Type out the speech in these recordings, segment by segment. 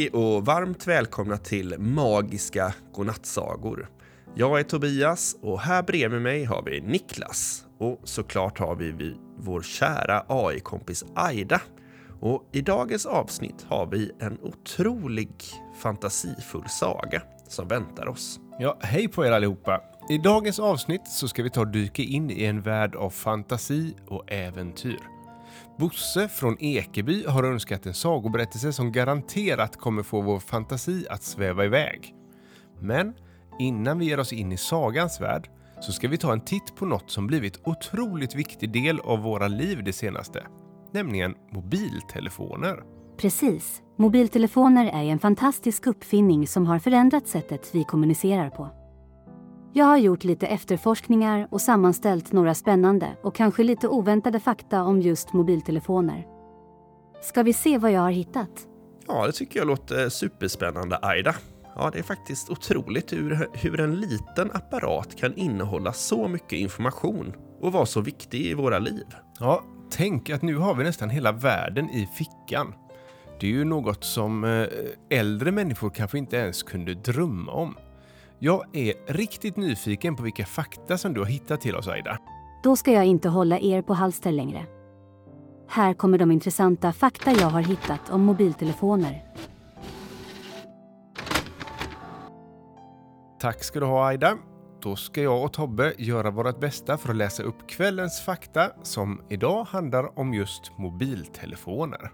Hej och varmt välkomna till Magiska godnattsagor. Jag är Tobias och här bredvid mig har vi Niklas. Och såklart har vi vår kära AI-kompis Aida. Och i dagens avsnitt har vi en otrolig fantasifull saga som väntar oss. Ja, hej på er allihopa. I dagens avsnitt så ska vi ta och dyka in i en värld av fantasi och äventyr. Bosse från Ekeby har önskat en sagoberättelse som garanterat kommer få vår fantasi att sväva iväg. Men innan vi ger oss in i sagans värld så ska vi ta en titt på något som blivit otroligt viktig del av våra liv det senaste. Nämligen mobiltelefoner. Precis. Mobiltelefoner är en fantastisk uppfinning som har förändrat sättet vi kommunicerar på. Jag har gjort lite efterforskningar och sammanställt några spännande och kanske lite oväntade fakta om just mobiltelefoner. Ska vi se vad jag har hittat? Ja, det tycker jag låter superspännande, Aida. Ja, det är faktiskt otroligt hur en liten apparat kan innehålla så mycket information och vara så viktig i våra liv. Ja, tänk att nu har vi nästan hela världen i fickan. Det är ju något som äldre människor kanske inte ens kunde drömma om. Jag är riktigt nyfiken på vilka fakta som du har hittat till oss, Aida. Då ska jag inte hålla er på halster längre. Här kommer de intressanta fakta jag har hittat om mobiltelefoner. Tack ska du ha, Aida. Då ska jag och Tobbe göra vårt bästa för att läsa upp kvällens fakta som idag handlar om just mobiltelefoner.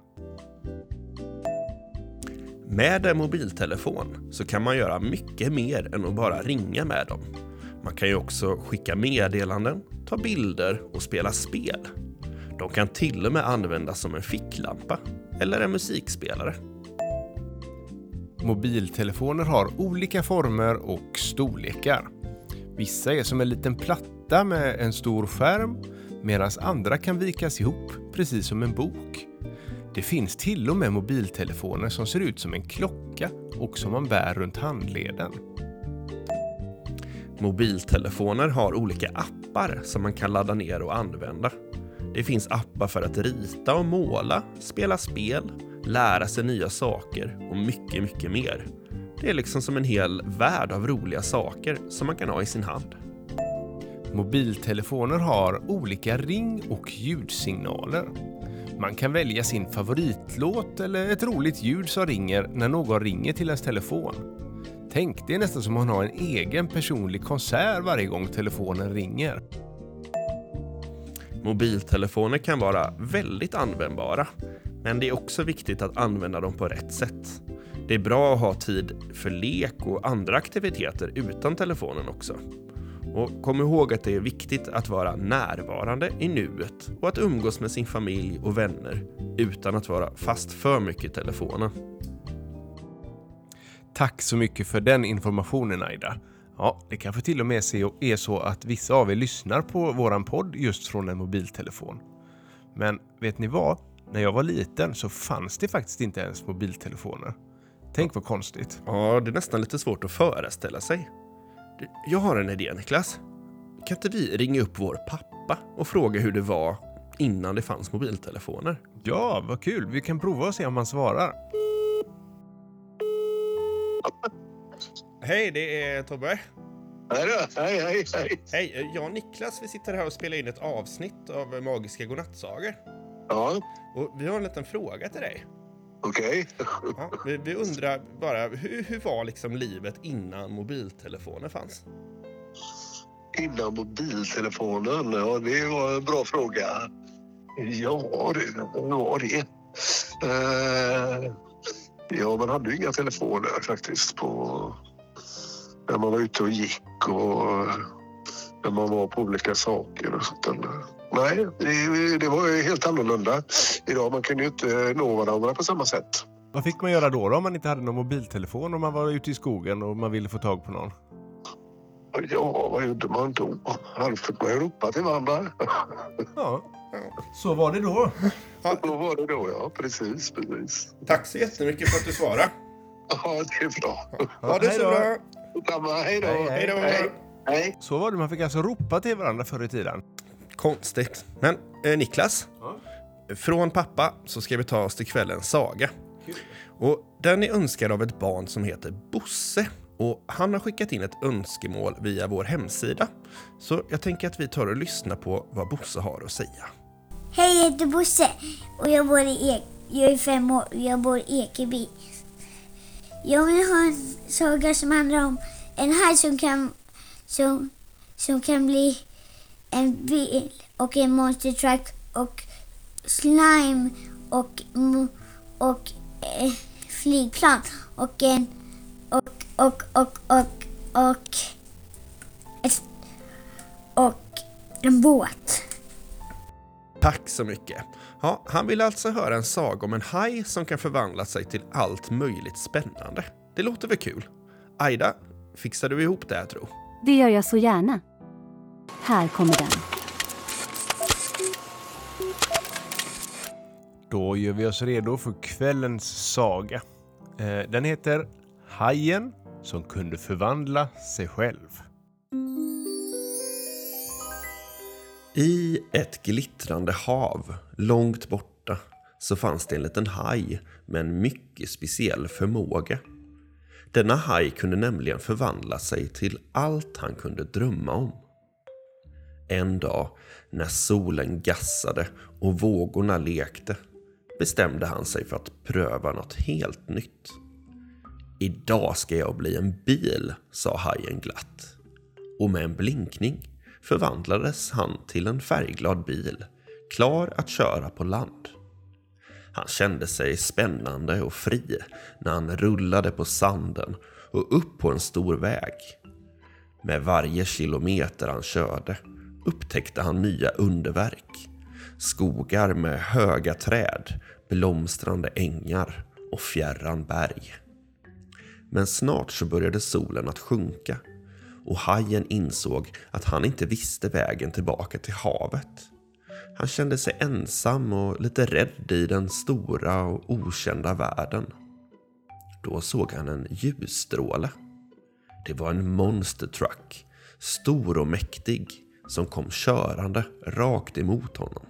Med en mobiltelefon så kan man göra mycket mer än att bara ringa med dem. Man kan ju också skicka meddelanden, ta bilder och spela spel. De kan till och med användas som en ficklampa eller en musikspelare. Mobiltelefoner har olika former och storlekar. Vissa är som en liten platta med en stor skärm, medan andra kan vikas ihop, precis som en bok. Det finns till och med mobiltelefoner som ser ut som en klocka och som man bär runt handleden. Mobiltelefoner har olika appar som man kan ladda ner och använda. Det finns appar för att rita och måla, spela spel, lära sig nya saker och mycket, mycket mer. Det är liksom som en hel värld av roliga saker som man kan ha i sin hand. Mobiltelefoner har olika ring- och ljudsignaler. Man kan välja sin favoritlåt eller ett roligt ljud som ringer när någon ringer till ens telefon. Tänk, det är nästan som att man har en egen personlig konsert varje gång telefonen ringer. Mobiltelefoner kan vara väldigt användbara, men det är också viktigt att använda dem på rätt sätt. Det är bra att ha tid för lek och andra aktiviteter utan telefonen också. Och kom ihåg att det är viktigt att vara närvarande i nuet och att umgås med sin familj och vänner utan att vara fast för mycket i telefonen. Tack så mycket för den informationen, Aida. Ja, det kanske till och med är så att vissa av er lyssnar på våran podd just från en mobiltelefon. Men vet ni vad? När jag var liten så fanns det faktiskt inte ens mobiltelefoner. Tänk vad konstigt. Ja, det är nästan lite svårt att föreställa sig. Jag har en idé, Niklas. Kan inte vi ringa upp vår pappa och fråga hur det var innan det fanns mobiltelefoner? Ja, vad kul. Vi kan prova och se om han svarar. Hej, det är Tobbe. Hej. Hej, jag och Niklas, vi sitter här och spelar in ett avsnitt av Magiska godnattsagor. Ja, Och vi har en liten fråga till dig. okej. Ja, vi undrar bara, hur var liksom livet innan mobiltelefoner fanns? Innan mobiltelefonen, ja det var en bra fråga. Ja, det var det. Ja, man hade ju inga telefoner faktiskt när man var ute och gick och när man var på olika saker och sånt. Nej, det var ju helt annorlunda. Idag man kunde ju inte nå varandra på samma sätt. Vad fick man göra då om man inte hade någon mobiltelefon, om man var ute i skogen och man ville få tag på någon? Ja, vad gjorde man då? Han fick man ropa till varandra. Ja, så var det då. Då var det då, ja. Precis. Tack så jättemycket för att du svarade. Ja, det är bra. Ha det så bra. Hej då. Hej. Så var det, man fick alltså ropa till varandra förr i tiden. Konstigt. Men Niklas, från pappa så ska vi ta oss till kvällens saga. Och den är önskad av ett barn som heter Bosse. Och han har skickat in ett önskemål via vår hemsida. Så jag tänker att vi tar och lyssnar på vad Bosse har att säga. Hej, jag heter Bosse och jag är 5 år och jag bor i Ekeby. Jag vill ha en saga som handlar om en haj som kan bli en bil och en monster truck och slime och flygplan och en båt. Tack så mycket. Ja, han vill alltså höra en saga om en haj som kan förvandla sig till allt möjligt spännande. Det låter väl kul? Aida, fixar du ihop det här, tro? Det gör jag så gärna. Här kommer den. Då gör vi oss redo för kvällens saga. Den heter Hajen som kunde förvandla sig själv. I ett glittrande hav, långt borta, så fanns det en liten haj med en mycket speciell förmåga. Denna haj kunde nämligen förvandla sig till allt han kunde drömma om. En dag, när solen gassade och vågorna lekte, bestämde han sig för att pröva något helt nytt. Idag ska jag bli en bil, sa hajen glatt. Och med en blinkning förvandlades han till en färgglad bil, klar att köra på land. Han kände sig spännande och fri när han rullade på sanden och upp på en stor väg. Med varje kilometer han körde upptäckte han nya underverk. Skogar med höga träd, blomstrande ängar och fjärran berg. Men snart så började solen att sjunka och hajen insåg att han inte visste vägen tillbaka till havet. Han kände sig ensam och lite rädd i den stora och okända världen. Då såg han en ljusstråle. Det var en monster truck, stor och mäktig, som kom körande rakt emot honom.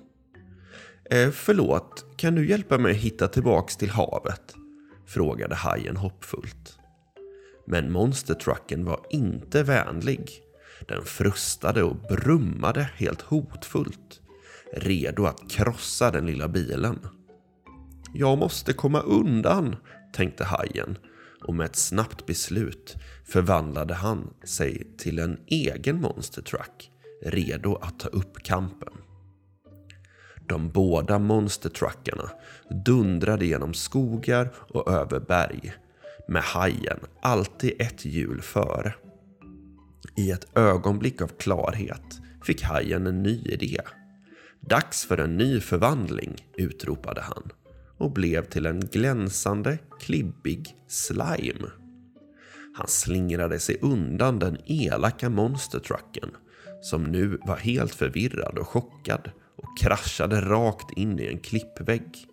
Förlåt, kan du hjälpa mig hitta tillbaks till havet? Frågade hajen hoppfullt. Men monstertrucken var inte vänlig. Den frustade och brummade helt hotfullt, redo att krossa den lilla bilen. Jag måste komma undan, tänkte hajen, och med ett snabbt beslut förvandlade han sig till en egen monstertruck, redo att ta upp kampen. De båda monstertruckarna dundrade genom skogar och över berg, med hajen alltid ett hjul före. I ett ögonblick av klarhet fick hajen en ny idé. Dags för en ny förvandling, utropade han, och blev till en glänsande, klibbig slime. Han slingrade sig undan den elaka monstertrucken, som nu var helt förvirrad och chockad och kraschade rakt in i en klippvägg.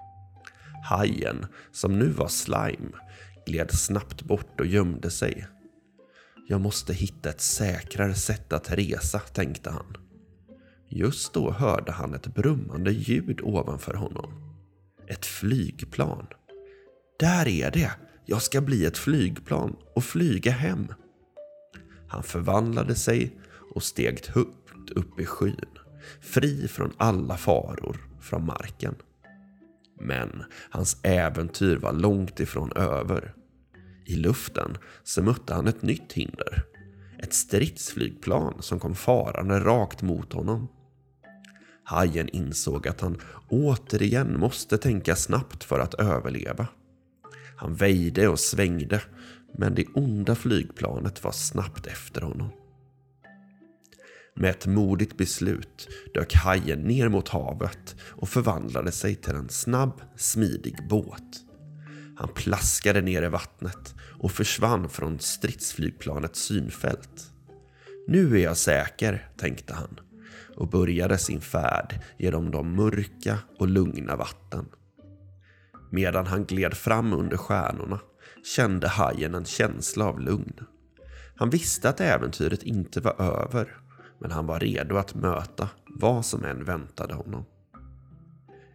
Hajen, som nu var slime, gled snabbt bort och gömde sig. Jag måste hitta ett säkrare sätt att resa, tänkte han. Just då hörde han ett brummande ljud ovanför honom. Ett flygplan. Där är det! Jag ska bli ett flygplan och flyga hem. Han förvandlade sig och steg högt upp i skyn, fri från alla faror från marken. Men hans äventyr var långt ifrån över. I luften så mötte han ett nytt hinder. Ett stridsflygplan som kom farande rakt mot honom. Hajen insåg att han återigen måste tänka snabbt för att överleva. Han väjde och svängde, men det onda flygplanet var snabbt efter honom. Med ett modigt beslut dök hajen ner mot havet och förvandlade sig till en snabb, smidig båt. Han plaskade ner i vattnet och försvann från stridsflygplanets synfält. Nu är jag säker, tänkte han, och började sin färd genom de mörka och lugna vatten. Medan han gled fram under stjärnorna kände hajen en känsla av lugn. Han visste att äventyret inte var över, men han var redo att möta vad som än väntade honom.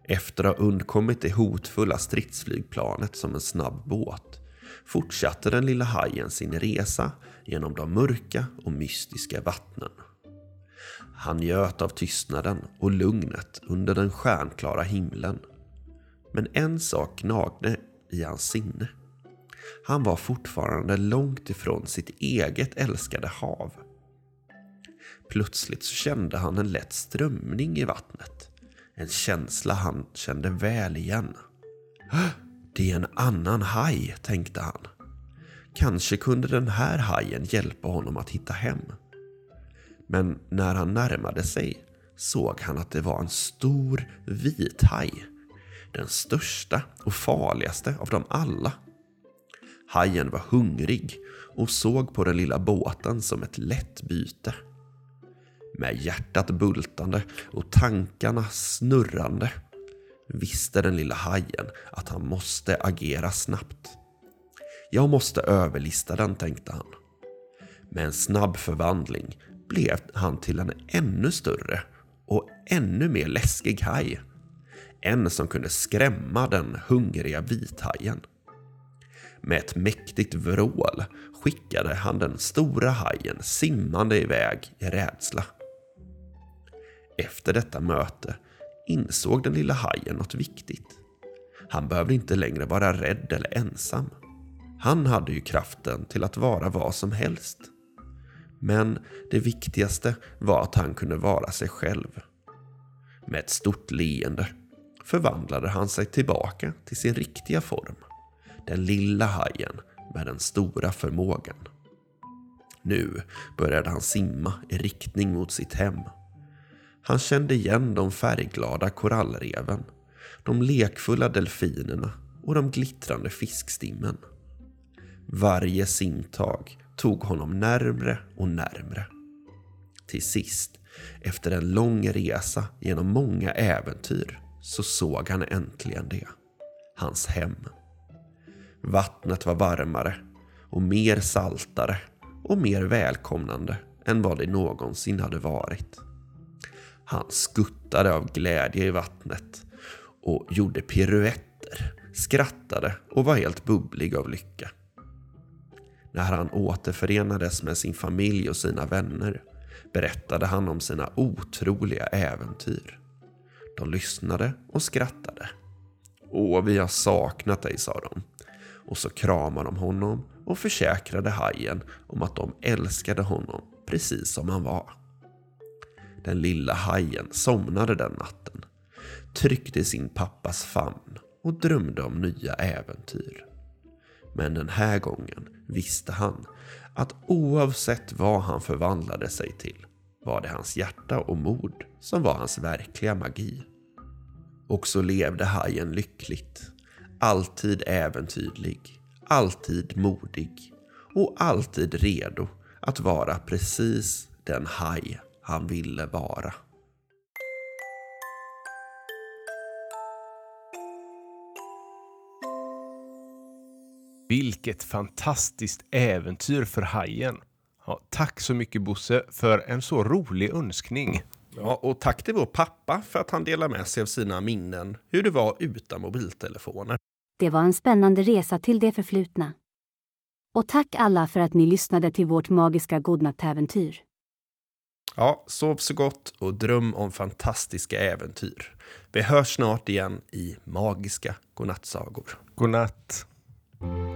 Efter att ha undkommit det hotfulla stridsflygplanet som en snabb båt fortsatte den lilla hajen sin resa genom de mörka och mystiska vattnen. Han njöt av tystnaden och lugnet under den stjärnklara himlen. Men en sak gnagde i hans sinne. Han var fortfarande långt ifrån sitt eget älskade hav. Plötsligt så kände han en lätt strömning i vattnet. En känsla han kände väl igen. Det är en annan haj, tänkte han. Kanske kunde den här hajen hjälpa honom att hitta hem. Men när han närmade sig såg han att det var en stor vit haj. Den största och farligaste av dem alla. Hajen var hungrig och såg på den lilla båten som ett lätt byte. Med hjärtat bultande och tankarna snurrande visste den lilla hajen att han måste agera snabbt. Jag måste överlista den, tänkte han. Med en snabb förvandling blev han till en ännu större och ännu mer läskig haj. En som kunde skrämma den hungriga vithajen. Med ett mäktigt vrål skickade han den stora hajen simmande iväg i rädsla. Efter detta möte insåg den lilla hajen något viktigt. Han behövde inte längre vara rädd eller ensam. Han hade ju kraften till att vara vad som helst. Men det viktigaste var att han kunde vara sig själv. Med ett stort leende förvandlade han sig tillbaka till sin riktiga form. Den lilla hajen med den stora förmågan. Nu började han simma i riktning mot sitt hem. Han kände igen de färgglada korallreven, de lekfulla delfinerna och de glittrande fiskstimmen. Varje simtag tog honom närmre och närmre. Till sist, efter en lång resa genom många äventyr, så såg han äntligen det. Hans hem. Vattnet var varmare och mer saltare och mer välkomnande än vad det någonsin hade varit. Han skuttade av glädje i vattnet och gjorde piruetter, skrattade och var helt bubblig av lycka. När han återförenades med sin familj och sina vänner berättade han om sina otroliga äventyr. De lyssnade och skrattade. Åh, vi har saknat dig, sa de. Och så kramade de honom och försäkrade hajen om att de älskade honom precis som han var. Den lilla hajen somnade den natten, tryckte sin pappas famn och drömde om nya äventyr. Men den här gången visste han att oavsett vad han förvandlade sig till var det hans hjärta och mod som var hans verkliga magi. Och så levde hajen lyckligt, alltid äventyrlig, alltid modig och alltid redo att vara precis den haj han ville vara. Vilket fantastiskt äventyr för hajen. Ja, tack så mycket Bosse för en så rolig önskning. Ja, och tack till vår pappa för att han delar med sig av sina minnen hur det var utan mobiltelefoner. Det var en spännande resa till det förflutna. Och tack alla för att ni lyssnade till vårt magiska godnattäventyr. Ja, sov så gott och dröm om fantastiska äventyr. Vi hörs snart igen i magiska godnattsagor. God natt.